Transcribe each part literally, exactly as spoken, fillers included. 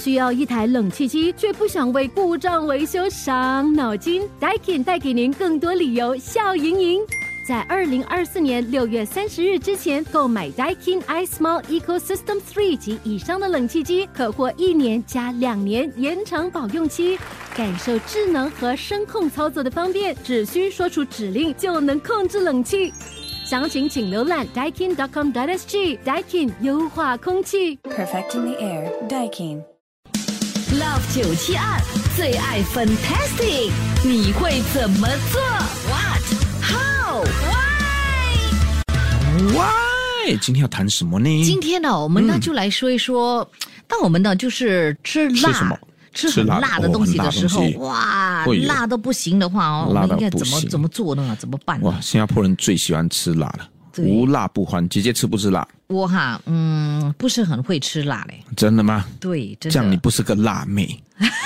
需要一台冷气机，却不想为故障维修伤脑筋？ Daikin 带给您更多理由笑盈盈。在二零二四年六月三十日之前购买 Daikin iSmall Ecosystem 三及以上的冷气机，可获一年加两年延长保用期，感受智能和声控操作的方便，只需说出指令就能控制冷气。详情请浏览 daikin dot com dot s g。 Daikin 优化空气 Perfecting the air. Daikin Love 九七二最爱 Fantastic， 你会怎么做 ？What How Why Why？ 今天要谈什么呢？ 今天呢，我们呢就来说一说，嗯、当我们呢就是吃辣。 吃什么？ 吃很辣的东西的时候， 哦、 哇，辣到不行的话哦，我们应该怎么怎么做呢？怎么办呢？ 哇，新加坡人最喜欢吃辣了，无辣不欢。姐姐吃不吃辣？ 我哈，嗯，不是很会吃辣嘞。 真的吗？ 对，真的。 这样你不是个辣妹。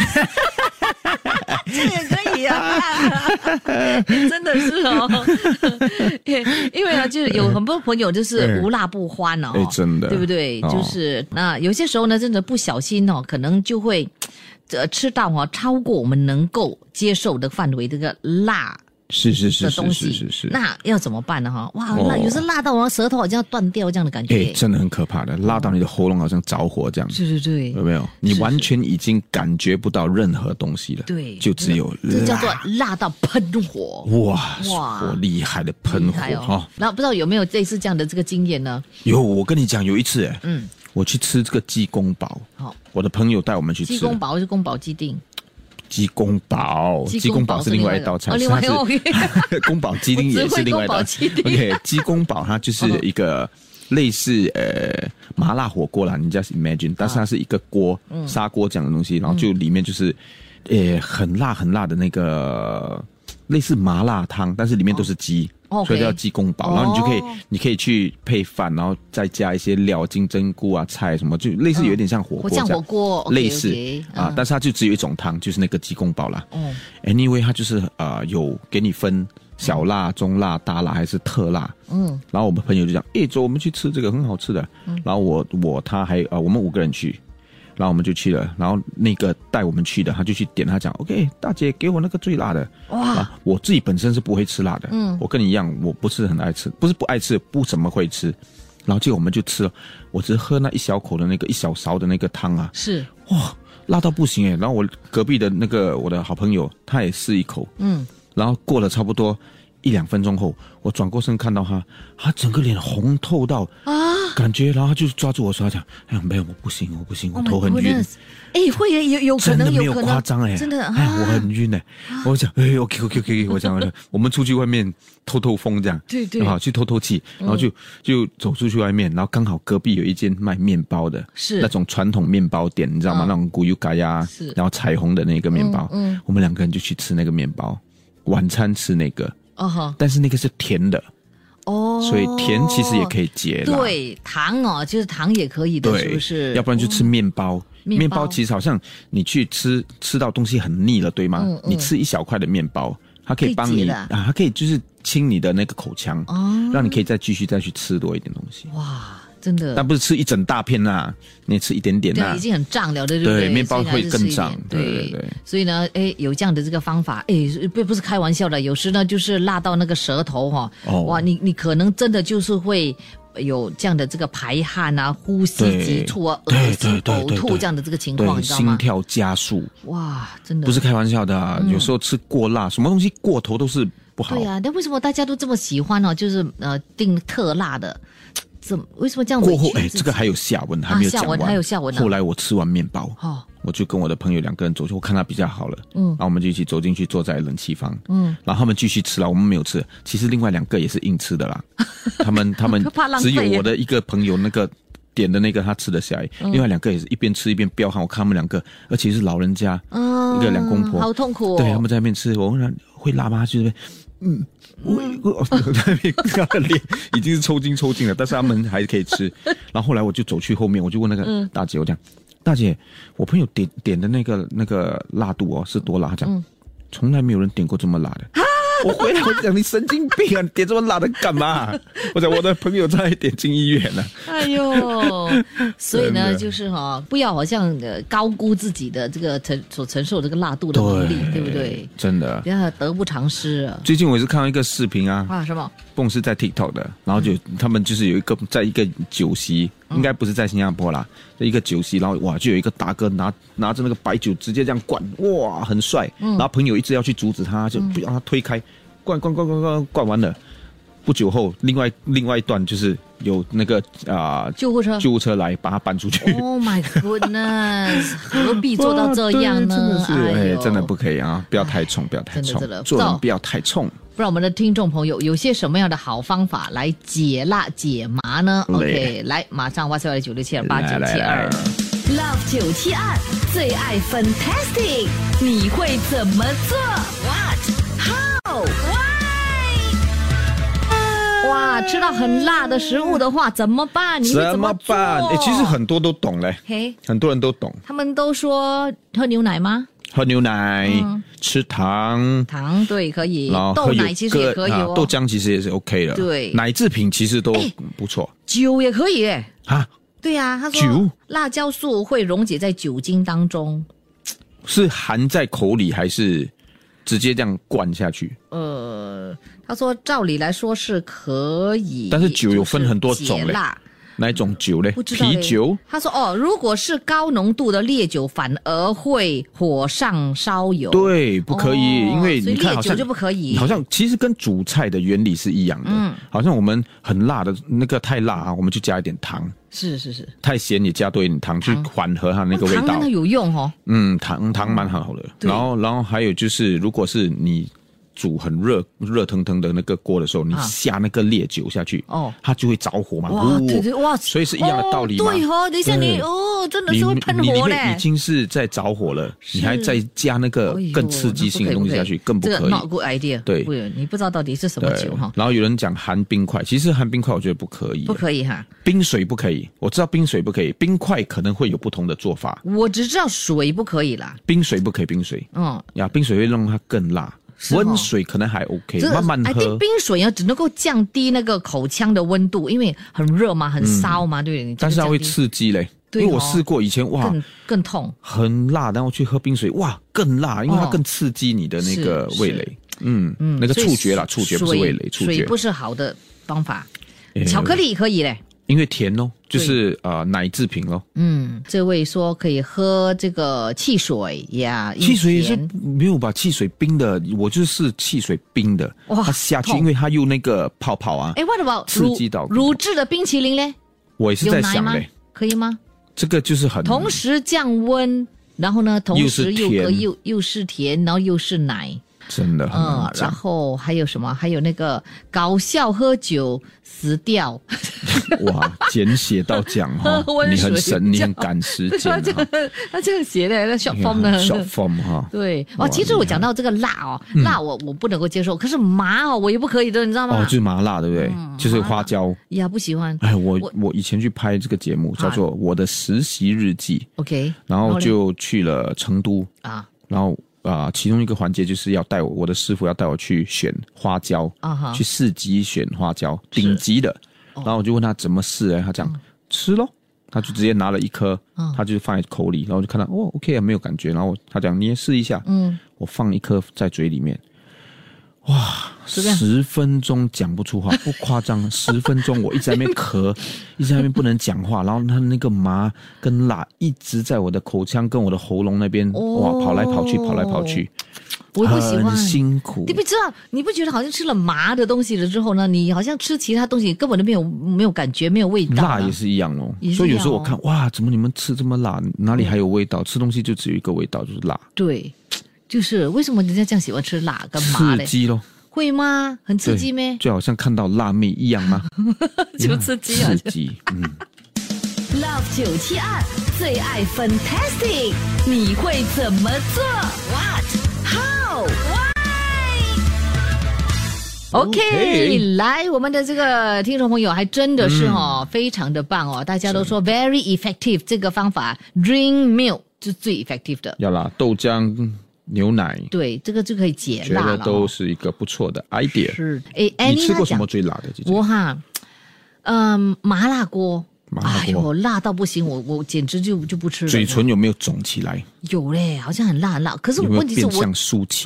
这也可以啊，真的是哦，因为啊，就是有很多朋友就是无辣不欢哦， 哎，真的， 对不对？ 哦、 就是那有些时候呢，真的不小心哦，可能就会呃吃到哦超过我们能够接受的范围这个辣。 是是是的东西， 是是是是， 那要怎么办呢？哈，哇，那有时辣到我的舌头好像要断掉这样的感觉， 哎，真的很可怕的，辣到你的喉咙好像着火这样。 对对对， 有没有？你完全已经感觉不到任何东西了， 对， 就只有辣， 这叫做辣到喷火。 哇哇，好厉害的喷火哦！那不知道有没有类似这样的这个经验呢？ 有，我跟你讲，有一次哎， 嗯， 我去吃这个鸡公煲， 好， 我的朋友带我们去吃。 鸡公煲是宫保鸡丁。 鸡公煲，鸡公煲是另外一道菜， 另外一道宫保鸡丁也是另外一道。OK， 鸡公煲它就是一个类似呃麻辣火锅啦，你 just imagine， 但是它是一个锅砂锅这样的东西，然后就里面就是呃很辣很辣的那个类似麻辣汤，但是里面都是鸡。 Okay. 所以叫鸡公煲，然后你就可以， oh. 你可以去配饭，然后再加一些料，金针菇啊、菜什么，就类似有点像火锅这样， 像火锅类似 okay, okay. 啊， uh. 但是它就只有一种汤，就是那个鸡公煲啦。 嗯、 oh. ，anyway， 它就是啊、呃、有给你分小辣、中辣、大辣还是特辣。 嗯， 然后我们朋友就讲，哎，走，我们去吃这个很好吃的。嗯，然后我我他还呃我们五个人去。然后我们就去了，然后那个带我们去的，他就去点，他讲 ，OK， 大姐给我那个最辣的。 哇！ 我自己本身是不会吃辣的，嗯，我跟你一样，我不是很爱吃，不是不爱吃，不怎么会吃。然后结果我们就吃了，我只喝那一小口的那个一小勺的那个汤啊， 是哇，辣到不行哎。然后我隔壁的那个我的好朋友，他也试一口，嗯，然后过了差不多一两分钟后，我转过身看到他，他整个脸红透到啊，感觉，然后他就抓住我说，他讲，哎呀，没有，我不行，我不行，我头很晕。 哎，会有有可能， 真的没有夸张哎， 真的， 哎，我很晕哎。我讲，哎 ，OK OK OK， 我讲，我们出去外面透透风这样， 对对， 好去透透气，然后就就走出去外面，然后刚好隔壁有一间卖面包的， 是那种传统面包店，你知道吗？那种古油嘎呀，然后彩虹的那个面包，嗯，我们两个人就去吃那个面包，晚餐吃那个。哦，但是那个是甜的哦，所以甜其实也可以解辣。 对，糖哦，就是糖也可以的，是不是？ 要不然就吃面包。哦、面包其实好像你去吃吃到东西很腻了，对吗？嗯嗯、你吃一小块的面包，它可以帮你啊，它可以就是清你的那个口腔，哦，让你可以再继续再去吃多一点东西。 哇！真的， 但不是吃一整大片啦，你吃一点点啦， 对，已经很胀了，对不对？ 对，面包会更胀，对对对。 所以呢，哎，有这样的这个方法，哎，不不是开玩笑的，有时呢就是辣到那个舌头哈、哦，哦、哇，你你可能真的就是会有这样的这个排汗啊、呼吸急促啊、恶心、呕吐这样的这个情况，你知道吗？ 心跳加速， 哇，真的不是开玩笑的、啊嗯，有时候吃过辣，什么东西过头都是不好。 对啊，但为什么大家都这么喜欢呢？就是呃，订特辣的。怎么？为什么这样？ 过后哎，这个还有下文，还没有讲完， 啊、还有下文、啊。 后来我吃完面包，哦，我就跟我的朋友两个人走去，我看他比较好了，嗯，然后我们就一起走进去，坐在冷气房，嗯，然后他们继续吃了，我们没有吃。其实另外两个也是硬吃的啦，他们他们只有我的一个朋友那个点的那个他吃得下来，嗯、另外两个也是一边吃一边飙汗。我看他们两个，而且是老人家，嗯，一个两公婆， 好痛苦、哦。 对，他们在那边吃，我问他会辣吗？就在那边。嗯，我我他的脸已经是抽筋抽筋了，但是他们还可以吃。然后后来我就走去后面，我就问那个大姐，我讲，大姐，我朋友点点的那个那个辣度哦是多辣？她讲，从来没有人点过这么辣的。 我回来我讲你神经病啊，你点这么辣的干嘛？我讲我的朋友在点进医院了。 哎呦，所以呢，就是哈、哦，不要好像高估自己的这个承所承受这个辣度的能力， 对, 对不对？ 真的， 不要得不偿失啊。 最近我也是看到一个视频啊， 啊什么？ 蹦是在 TikTok 的，然后就、嗯、他们就是有一个在一个酒席，应该不是在新加坡啦，在一个酒席，然后哇，就有一个大哥拿拿着那个白酒直接这样灌，哇，很帅。嗯、然后朋友一直要去阻止他，就不让他推开，灌灌灌灌灌灌完了。不久后，另外另外一段就是有那个啊、呃、 救护车， 救护车来把他搬出去。 Oh my goodness， 何必做到这样呢？ 真的是，哎， 哎真的不可以啊！不要太冲，不要太冲，做人不要太冲。 不知道我们的听众朋友有些什么样的好方法来解辣解麻呢 ？OK， 来，马上 WhatsApp 九六七二八九七二 Love 九七二最爱 Fantastic， 你会怎么做 ？What How Why？ 哇，吃到很辣的食物的话怎么办？你会怎么办？ 哎，其实很多都懂嘞，嘿，很多人都懂。 他们都说喝牛奶吗？ 喝牛奶，嗯、吃糖， 糖对可以，豆奶其实也可以哦， 啊、豆浆其实也是 OK 的， 对， 奶制品其实都不错， 酒也可以耶， 啊， 对呀、啊，他说酒辣椒素会溶解在酒精当中， 是含在口里还是直接这样灌下去？ 呃，他说照理来说是可以， 但是酒有分很多种嘞。哪一种酒嘞？啤酒。 他说哦，如果是高浓度的烈酒，反而会火上烧油。 对，不可以，哦、因为你看好像烈酒就不可以。 好像其实跟煮菜的原理是一样的。嗯，好像我们很辣的那个太辣啊，我们就加一点糖。 是是是。 太咸也加多一点糖，去缓和它那个味道。 糖它有用哦。 嗯，糖糖蛮好的。然后然后还有就是，如果是你煮很热热腾腾的那个锅的时候，你下那个烈酒下去，哦，它就会着火嘛。 哇，对对哇， 所以是一样的道理嘛。 哦对哦，等一下你哦，真的是会喷火嘞。 已经是在着火了，你还再加那个更刺激性的东西下去，更不可以。 这个 not good idea。 对， 你不知道到底是什么酒哈。 然后有人讲含冰块，其实含冰块我觉得不可以， 不可以哈。 冰水不可以，我知道冰水不可以，冰块可能会有不同的做法。 我只知道水不可以啦， 冰水不可以，冰水，嗯呀，冰水会让它更辣。温水可能还 OK， 慢慢喝。 冰水啊，只能够降低那个口腔的温度，因为很热嘛，很烧嘛，嗯、对不对？ 但是它会刺激嘞，因为我试过以前哇， 更更痛， 很辣，然后去喝冰水，哇，更辣，因为它更刺激你的那个味蕾，嗯嗯，那个触觉啦，触觉不是味蕾，触觉。 水不是好的方法，巧克力可以嘞。 因为甜哦，就是呃奶制品咯。 嗯，这位说可以喝这个汽水呀， 汽水也是没有吧？汽水冰的，我就是汽水冰的，哇，它下去，因为它有那个泡泡啊。 哎，what about 刺激到乳制的冰淇淋嘞？ 我也是在想嘞， 可以吗？ 这个就是很同时降温，然后呢，同时又又又又是甜，然后又是奶。 真的很难嗯，然后还有什么？还有那个搞笑喝酒死掉， 哇，简写到讲哈，你很神，你很赶时间哈。 他这样写的，那 short form 呢 ？short form 哈。 对哦，其实我讲到这个辣哦，辣我我不能够接受，可是麻哦，我也不可以的，你知道吗？ 哦，就是麻辣，对不对？就是花椒呀，不喜欢。 哎，我我以前去拍这个节目叫做《我的实习日记》 ，OK， 然后就去了成都啊，然后。啊、呃，其中一个环节就是要带我，我的师傅要带我去选花椒，啊哈，去试机选花椒，顶级的。然后我就问他怎么试哎，他讲、嗯、吃咯，他就直接拿了一颗，嗯、他就放在口里，然后就看到哦 ，OK 啊，没有感觉。然后他讲你也试一下，嗯，我放一颗在嘴里面，哇，十分钟讲不出话，不夸张，十分钟我一直在那边咳，一直在那边不能讲话，然后他那个麻跟辣一直在我的口腔跟我的喉咙那边、哦、哇跑来跑去，跑来跑去。 我不喜欢， 很辛苦。 你不知道，你不觉得好像吃了麻的东西了之后呢，你好像吃其他东西根本都没有没有感觉，没有味道、啊。 辣也是一样哦，所以有时候我看哇，怎么你们吃这么辣，哪里还有味道？嗯、吃东西就只有一个味道，就是辣。 对，就是为什么人家这样喜欢吃辣跟麻嘞？ 刺激咯。 会吗？很刺激咩？ 就好像看到辣妹一样吗？ 就刺激啊！ 刺激，嗯。 Love 九七二最爱 Fantastic， 你会怎么做 ？What How Why？ OK，, okay. 来，我们的这个听众朋友还真的是哦，嗯、非常的棒哦，大家都说 very effective 这个方法 ，Drink milk 是最 effective 的。 要啦，豆浆。 牛奶， 对，这个就可以解辣了。觉得都是一个不错的 idea。 是，哎， 你吃过什么最辣的？姐姐我哈，嗯，麻辣锅。 麻辣锅， 哎呦，辣到不行，我我简直就就不吃了。 嘴唇有没有肿起来？ 有嘞，好像很辣很辣。可是问题是我有没有变像舒淇？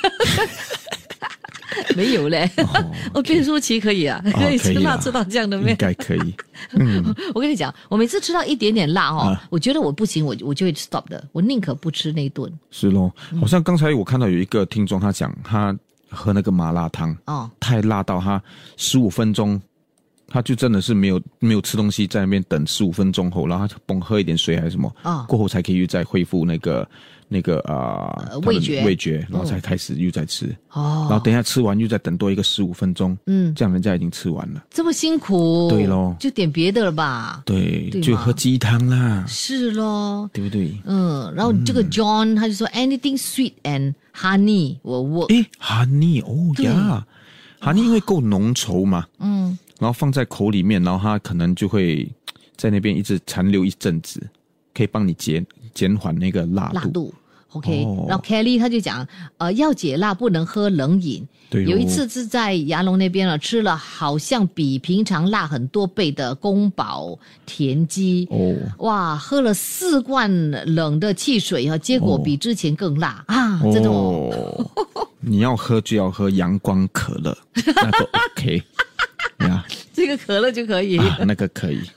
没有嘞，哦、我变舒淇可以啊，哦、可以吃辣吃到这样的面， 应该可以。嗯， 我跟你讲，我每次吃到一点点辣哦，啊、我觉得我不行，我我就会 stop 的，我宁可不吃那一顿。 是咯，好像刚才我看到有一个听众他讲，他喝那个麻辣汤，哦，太辣到他十五分钟。他就真的是没有没有吃东西，在那边等十五分钟后，然后他崩喝一点水还是什么，哦、过后才可以又再恢复那个那个啊、呃、 味觉味觉，然后才开始又再吃。哦，然后等一下吃完又再等多一个十五分钟，嗯，这样人家已经吃完了。 这么辛苦， 对咯， 就点别的了吧？ 对，就喝鸡汤啦。 是咯， 对不对？ 嗯，然后这个 John、嗯、他就说 anything sweet and honey will work。 诶 ，honey， 哦呀 ，honey 因为够浓稠嘛，嗯。然后放在口里面，然后它可能就会在那边一直残留一阵子，可以帮你减减缓那个辣度。 辣度 ，OK、哦。然后 Kelly 他就讲，呃，要解辣不能喝冷饮。 对、哦。 有一次是在牙龙那边了，吃了好像比平常辣很多倍的宫保田鸡。哦。哇，喝了四罐冷的汽水啊，结果比之前更辣、哦、啊！真的哦。 你要喝就要喝阳光可乐，那都 OK。呀， 这个可乐就可以， 啊、那个可以。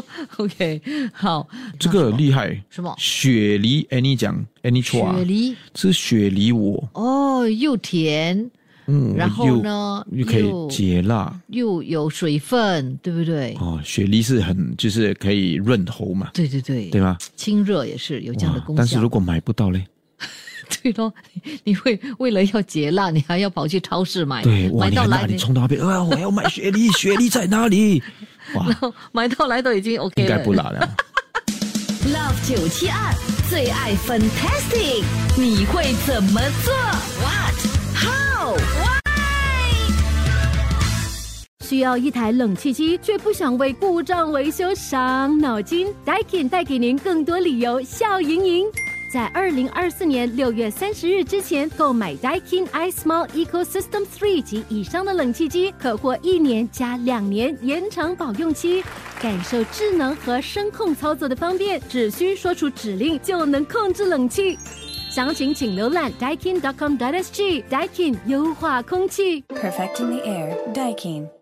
OK， 好， 这个厉害。 什么？ 雪梨 ？Annie 讲 ，Annie 说雪梨吃雪梨我哦，又甜，嗯，然后呢又可以解辣， 又有水分，对不对？ 哦，雪梨是很就是可以润喉嘛， 对对对， 对吧？ 清热也是有这样的功效。 但是如果买不到嘞？ 对咯，你会为了要解辣，你还要跑去超市买， 对，哇， 买到来你冲到那边，啊，我要买雪梨，雪梨在哪里？ 哇，买到来都已经 OK 了， 应该不辣了。 Love 九七二最爱 Fantastic， 你会怎么做 ？What How Why？ 需要一台冷气机，却不想为故障维修伤脑筋 ？Daikin 带给您更多理由，笑盈盈。在二零二四年六月三十日之前购买 Daikin iSmall Ecosystem 三及以上的冷气机，可获一年加两年延长保用期，感受智能和声控操作的方便，只需说出指令就能控制冷气。详情请浏览 daikin dot com dot s g。 Daikin 优化空气 Perfecting the air, Daikin。